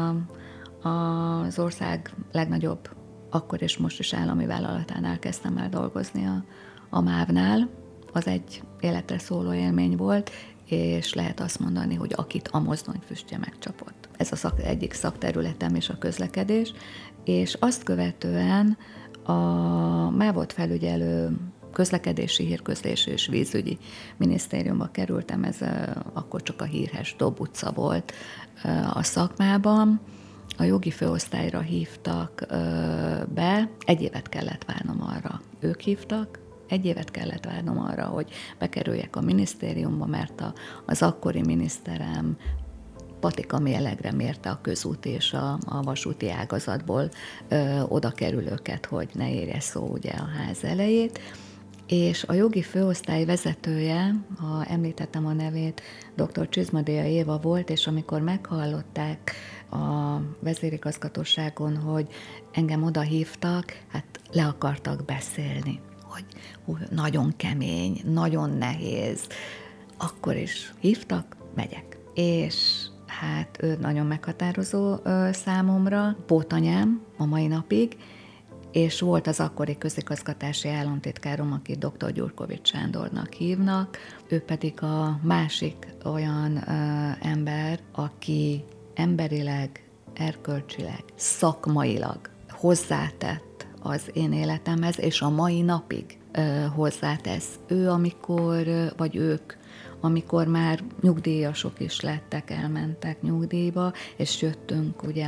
az ország legnagyobb, akkor és most is állami vállalatánál kezdtem el dolgozni a MÁV-nál. Az egy életre szóló élmény volt, és lehet azt mondani, hogy akit a mozdonyfüstje megcsapott. Ez egyik szakterületem és a közlekedés, és azt követően a MÁV-ot felügyelő közlekedési, hírközlési és vízügyi minisztériumba kerültem, ez akkor csak a hírhes Dob utca volt a szakmában. A jogi főosztályra hívtak be, 1 évet kellett várnom arra. Ők hívtak, 1 évet kellett várnom arra, hogy bekerüljek a minisztériumba, mert az akkori miniszterem patika mérlegre mérte a közúti és a vasúti ágazatból oda kerülőket, hogy ne érje szó ugye a ház elejét. És a jogi főosztály vezetője, ha említettem a nevét, dr. Csizmadéa Éva volt, és amikor meghallották a vezérigazgatóságon, hogy engem oda hívtak, hát le akartak beszélni, hogy nagyon kemény, nagyon nehéz. Akkor is hívtak, megyek. És hát ő nagyon meghatározó számomra, pótanyám a mai napig, és volt az akkori közigazgatási államtitkárom, akit dr. Gyurkovics Sándornak hívnak, ő pedig a másik olyan ember, aki emberileg, erkölcsileg, szakmailag hozzátett az én életemhez, és a mai napig hozzátesz. Ő, vagy ők, amikor már nyugdíjasok is lettek, elmentek nyugdíjba, és jöttünk ugye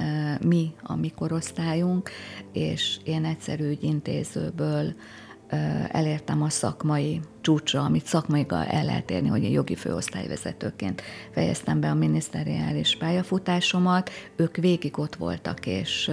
a mi korosztályunk, és én egyszerű ügyintézőből elértem a szakmai csúcsra, amit szakmaigal el lehet érni, hogy én jogi főosztályvezetőként fejeztem be a miniszteriális pályafutásomat, ők végig ott voltak,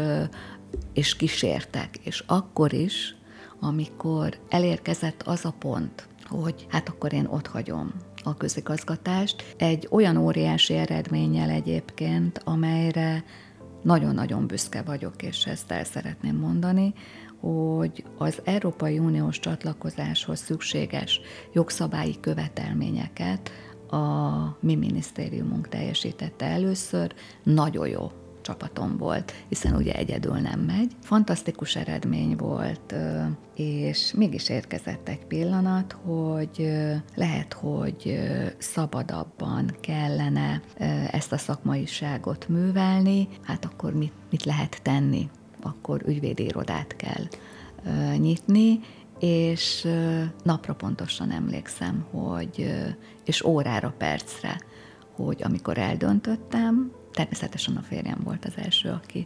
és kísértek, és akkor is, amikor elérkezett az a pont, hogy hát akkor én ott hagyom a közigazgatást, egy olyan óriási eredménnyel egyébként, amelyre nagyon-nagyon büszke vagyok, és ezt el szeretném mondani, hogy az Európai Uniós csatlakozáshoz szükséges jogszabályi követelményeket a mi minisztériumunk teljesítette először, nagyon jó csapatom volt, hiszen ugye egyedül nem megy. Fantasztikus eredmény volt, és mégis érkezett egy pillanat, hogy lehet, hogy szabadabban kellene ezt a szakmaiságot művelni, hát akkor mit lehet tenni? Akkor ügyvédi irodát kell nyitni, és napra pontosan emlékszem, és órára, percre, hogy amikor eldöntöttem, természetesen a férjem volt az első, aki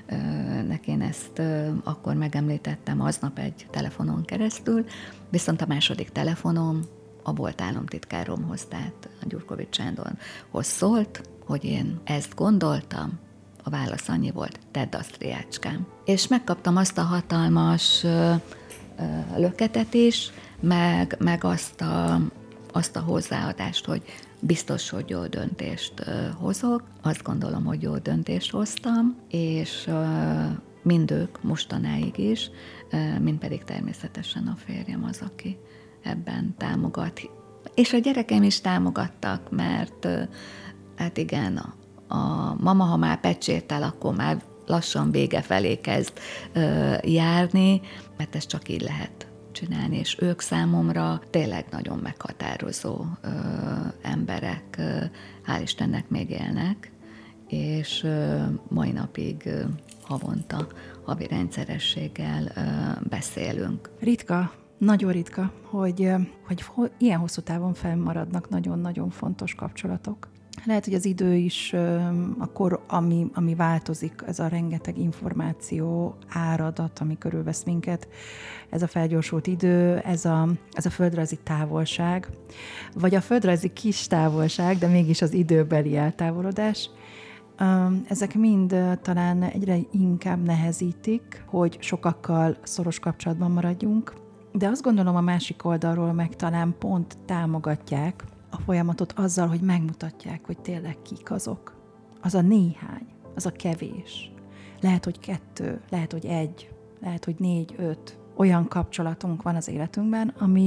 én ezt akkor megemlítettem aznap egy telefonon keresztül, viszont a második telefonom a volt államtitkáromhoz, tehát a Gyurkovics Sándorhoz szólt, hogy én ezt gondoltam, a válasz annyi volt, tedd azt, Riácskám. És megkaptam azt a hatalmas löketet is, meg azt a hozzáadást, hogy biztos, hogy jó döntést hozok. Azt gondolom, hogy jó döntést hoztam, és mind ők mostanáig is, mind pedig természetesen a férjem az, aki ebben támogat. És a gyerekeim is támogattak, mert hát igen, a mama, ha már pecsétel, akkor már lassan vége felé kezd járni, mert ezt csak így lehet csinálni, és ők számomra tényleg nagyon meghatározó emberek, hál' Istennek még élnek, és mai napig havonta, havi rendszerességgel beszélünk. Ritka, nagyon ritka, hogy ilyen hosszú távon fennmaradnak nagyon-nagyon fontos kapcsolatok. Lehet, hogy az idő is, akkor, ami változik, ez a rengeteg információ, áradat, ami körülvesz minket, ez a felgyorsult idő, ez a földrajzi távolság, vagy a földrajzi kis távolság, de mégis az időbeli eltávolodás, ezek mind talán egyre inkább nehezítik, hogy sokakkal szoros kapcsolatban maradjunk, de azt gondolom a másik oldalról meg talán pont támogatják a folyamatot azzal, hogy megmutatják, hogy tényleg kik azok. Az a néhány, az a kevés. Lehet, hogy 2, lehet, hogy 1, lehet, hogy 4, 5 olyan kapcsolatunk van az életünkben,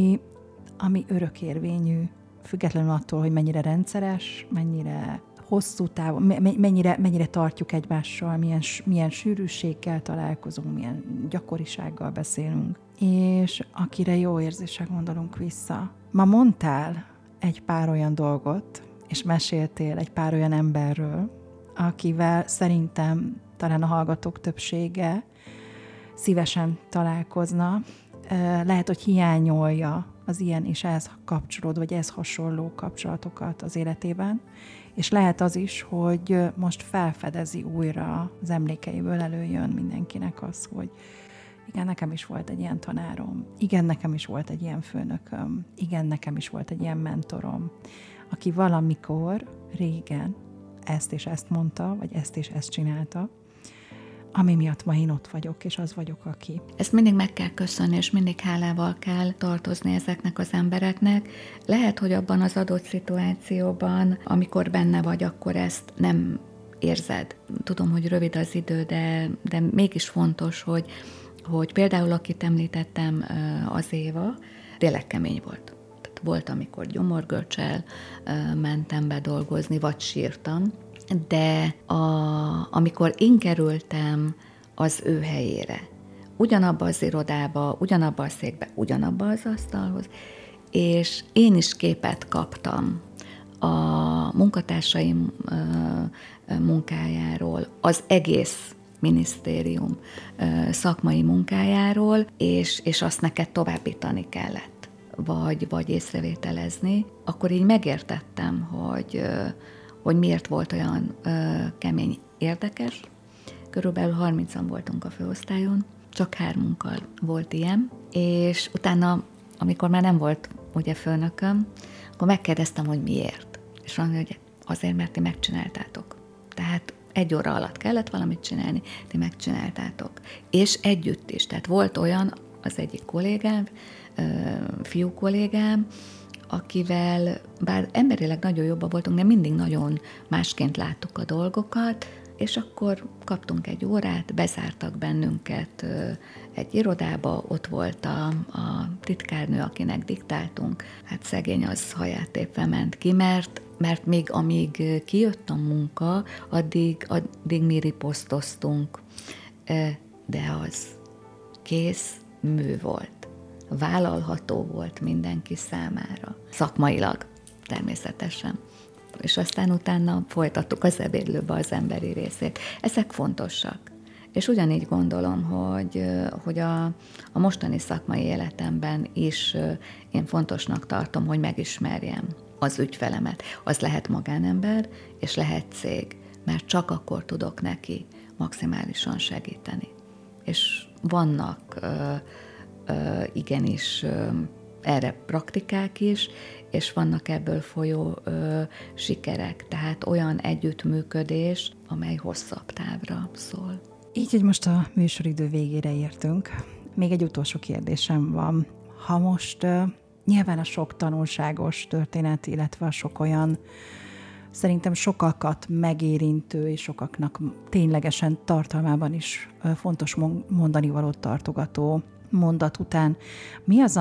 ami örökérvényű, függetlenül attól, hogy mennyire rendszeres, mennyire hosszú távon, mennyire tartjuk egymással, milyen sűrűséggel találkozunk, milyen gyakorisággal beszélünk. És akire jó érzéssel gondolunk vissza. Ma mondtál egy pár olyan dolgot, és meséltél egy pár olyan emberről, akivel szerintem talán a hallgatók többsége szívesen találkozna. Lehet, hogy hiányolja az ilyen és ehhez kapcsolódó, vagy ehhez hasonló kapcsolatokat az életében, és lehet az is, hogy most felfedezi újra az emlékeiből, előjön mindenkinek az, hogy igen, nekem is volt egy ilyen tanárom, igen, nekem is volt egy ilyen főnököm, igen, nekem is volt egy ilyen mentorom, aki valamikor régen ezt és ezt mondta, vagy ezt és ezt csinálta, ami miatt ma én ott vagyok, és az vagyok, aki. Ezt mindig meg kell köszönni, és mindig hálával kell tartozni ezeknek az embereknek. Lehet, hogy abban az adott szituációban, amikor benne vagy, akkor ezt nem érzed. Tudom, hogy rövid az idő, de mégis fontos, hogy például, akit említettem, az Éva, tényleg kemény volt. Tehát volt, amikor gyomorgörcsel mentem be dolgozni, vagy sírtam, de amikor én kerültem az ő helyére, ugyanabba az irodába, ugyanabba a székbe, ugyanabba az asztalhoz, és én is képet kaptam a munkatársaim munkájáról, az egész minisztérium szakmai munkájáról, és azt neked továbbítani kellett, vagy észrevételezni, akkor így megértettem, hogy miért volt olyan kemény, érdekes. Körülbelül 30-an voltunk a főosztályon, csak 3-unkkal volt ilyen, és utána, amikor már nem volt ugye főnököm, akkor megkérdeztem, hogy miért. És mondja, hogy azért, mert ti megcsináltátok. Tehát 1 óra alatt kellett valamit csinálni, ti megcsináltátok. És együtt is. Tehát volt olyan, az egyik kollégám, fiú kollégám, akivel, bár emberileg nagyon jobban voltunk, de mindig nagyon másként láttuk a dolgokat, és akkor kaptunk 1 órát, bezártak bennünket egy irodába, ott volt a titkárnő, akinek diktáltunk. Hát szegény az haját tépve ment ki, mert még amíg kijött a munka, addig mi riposztoztunk, de az kész mű volt. Vállalható volt mindenki számára. Szakmailag, természetesen. És aztán utána folytattuk az ebédlőbe az emberi részét. Ezek fontosak. És ugyanígy gondolom, hogy a mostani szakmai életemben is én fontosnak tartom, hogy megismerjem az ügyfelemet. Az lehet magánember, és lehet cég, mert csak akkor tudok neki maximálisan segíteni. És vannak igenis erre praktikák is, és vannak ebből folyó sikerek, tehát olyan együttműködés, amely hosszabb távra szól. Így, hogy most a műsoridő végére értünk, még egy utolsó kérdésem van. Ha most nyilván a sok tanulságos történet, illetve a sok olyan szerintem sokakat megérintő és sokaknak ténylegesen tartalmában is fontos mondani valót tartogató mondat után, mi az,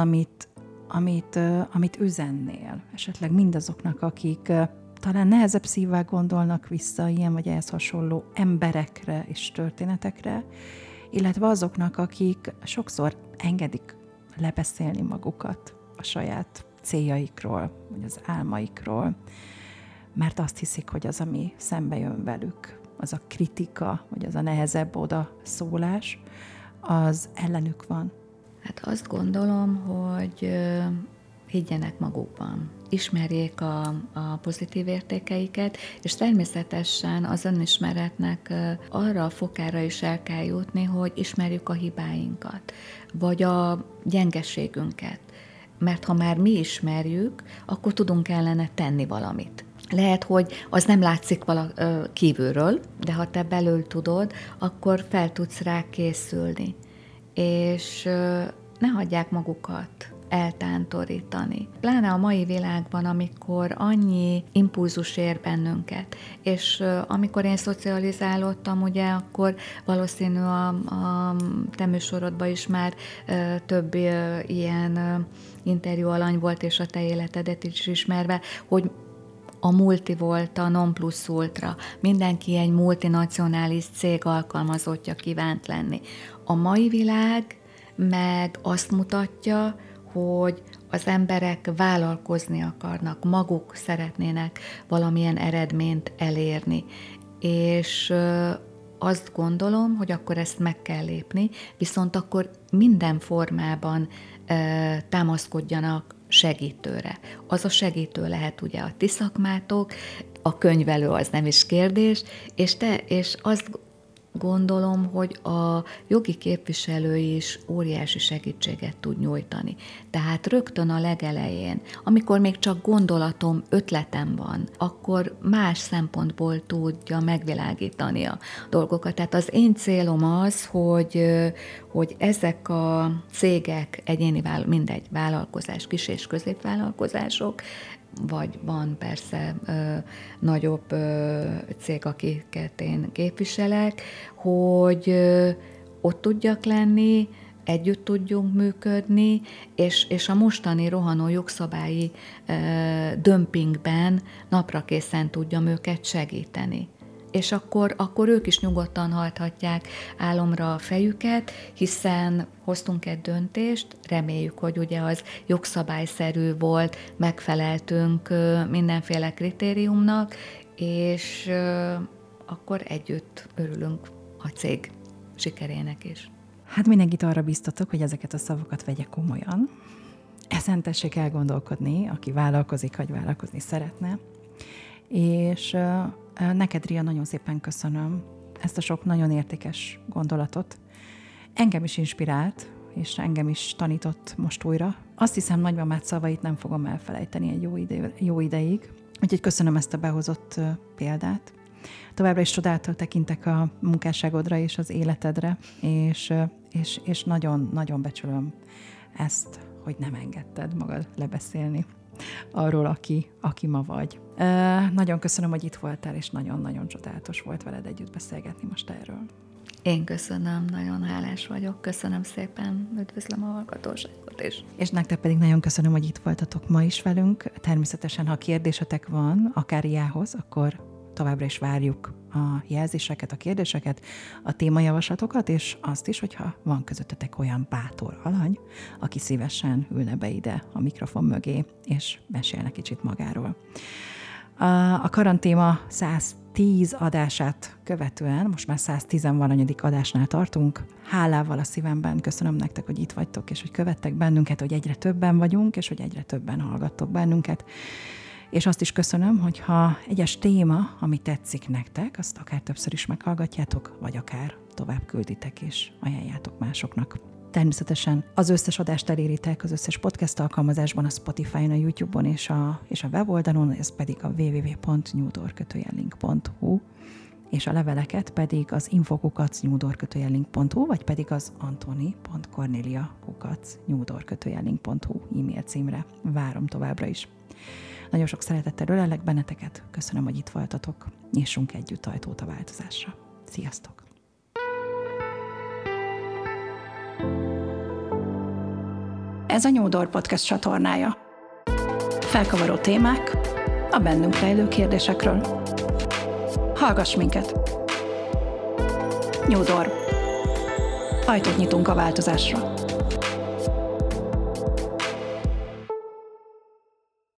amit üzennél esetleg mindazoknak, akik talán nehezebb szívvel gondolnak vissza ilyen vagy ehhez hasonló emberekre és történetekre, illetve azoknak, akik sokszor engedik lebeszélni magukat a saját céljaikról, vagy az álmaikról, mert azt hiszik, hogy az, ami szembe jön velük, az a kritika, vagy az a nehezebb odaszólás, az ellenük van. Hát azt gondolom, hogy higgyenek magukban, ismerjék a pozitív értékeiket, és természetesen az önismeretnek arra a fokára is el kell jutni, hogy ismerjük a hibáinkat, vagy a gyengeségünket. Mert ha már mi ismerjük, akkor tudunk ellene tenni valamit. Lehet, hogy az nem látszik kívülről, de ha te belül tudod, akkor fel tudsz rá készülni. És ne hagyják magukat eltántorítani. Pláne a mai világban, amikor annyi impulzus ér bennünket, és amikor én szocializálódtam, ugye, akkor valószínű a te műsorodban is már több ilyen interjú alany volt, és a te életedet is ismerve, hogy a multi volt a non plus ultra. Mindenki egy multinacionális cég alkalmazottja kívánt lenni. A mai világ meg azt mutatja, hogy az emberek vállalkozni akarnak, maguk szeretnének valamilyen eredményt elérni. És azt gondolom, hogy akkor ezt meg kell lépni, viszont akkor minden formában támaszkodjanak segítőre. Az a segítő lehet ugye a ti szakmátok, a könyvelő az nem is kérdés, és azt gondolom, hogy a jogi képviselő is óriási segítséget tud nyújtani. Tehát rögtön a legelején, amikor még csak gondolatom, ötletem van, akkor más szempontból tudja megvilágítani a dolgokat. Tehát az én célom az, hogy ezek a cégek, egyéni mindegy vállalkozás, kis- és középvállalkozások, vagy van persze nagyobb cég, akiket én képviselek, hogy ott tudjak lenni, együtt tudjunk működni, és a mostani rohanó jogszabályi dömpingben naprakészen tudjam őket segíteni. És akkor ők is nyugodtan hajthatják álomra a fejüket, hiszen hoztunk egy döntést, reméljük, hogy ugye az jogszabályszerű volt, megfeleltünk mindenféle kritériumnak, és akkor együtt örülünk a cég sikerének is. Hát mindenkit arra biztatok, hogy ezeket a szavakat vegye komolyan. Ezen tessék elgondolkodni, aki vállalkozik, vagy vállalkozni szeretne. És neked, Ria, nagyon szépen köszönöm ezt a sok nagyon értékes gondolatot. Engem is inspirált, és engem is tanított most újra. Azt hiszem, nagymamát szavait nem fogom elfelejteni egy jó ideig. Úgyhogy köszönöm ezt a behozott példát. Továbbra is csodálattal tekintek a munkásságodra és az életedre, és nagyon becsülöm ezt, hogy nem engedted magad lebeszélni arról, aki ma vagy. Nagyon köszönöm, hogy itt voltál, és nagyon-nagyon csodálatos volt veled együtt beszélgetni most erről. Én köszönöm, nagyon hálás vagyok, köszönöm szépen, üdvözlöm a hallgatóságot is. És nektek pedig nagyon köszönöm, hogy itt voltatok ma is velünk. Természetesen, ha kérdésetek van, akár Riához, akkor továbbra is várjuk a jelzéseket, a kérdéseket, a témajavaslatokat, és azt is, hogyha van közöttetek olyan bátor alany, aki szívesen ülne be ide a mikrofon mögé, és mesélne kicsit magáról. A Karantéma 110 adását követően, most már 110-valanyadik adásnál tartunk, hálával a szívemben köszönöm nektek, hogy itt vagytok, és hogy követtek bennünket, hogy egyre többen vagyunk, és hogy egyre többen hallgattok bennünket. És azt is köszönöm, hogyha egyes téma, ami tetszik nektek, azt akár többször is meghallgatjátok, vagy akár tovább külditek és ajánljátok másoknak. Természetesen az összes adást eléritek az összes podcast alkalmazásban, a Spotify-on, a YouTube-on és a weboldalon, ez pedig a www.newdor-link.hu, és a leveleket pedig az info@newdor-link.hu, vagy pedig az antoni.cornelia@newdor-link.hu e-mail címre. Várom továbbra is. Nagyon sok szeretettel ölellek benneteket, köszönöm, hogy itt voltatok. Nyissunk együtt ajtót a változásra. Sziasztok! Ez a New Door Podcast csatornája. Felkavaró témák a bennünk rejlő kérdésekről. Hallgass minket! New Door. Ajtót nyitunk a változásra.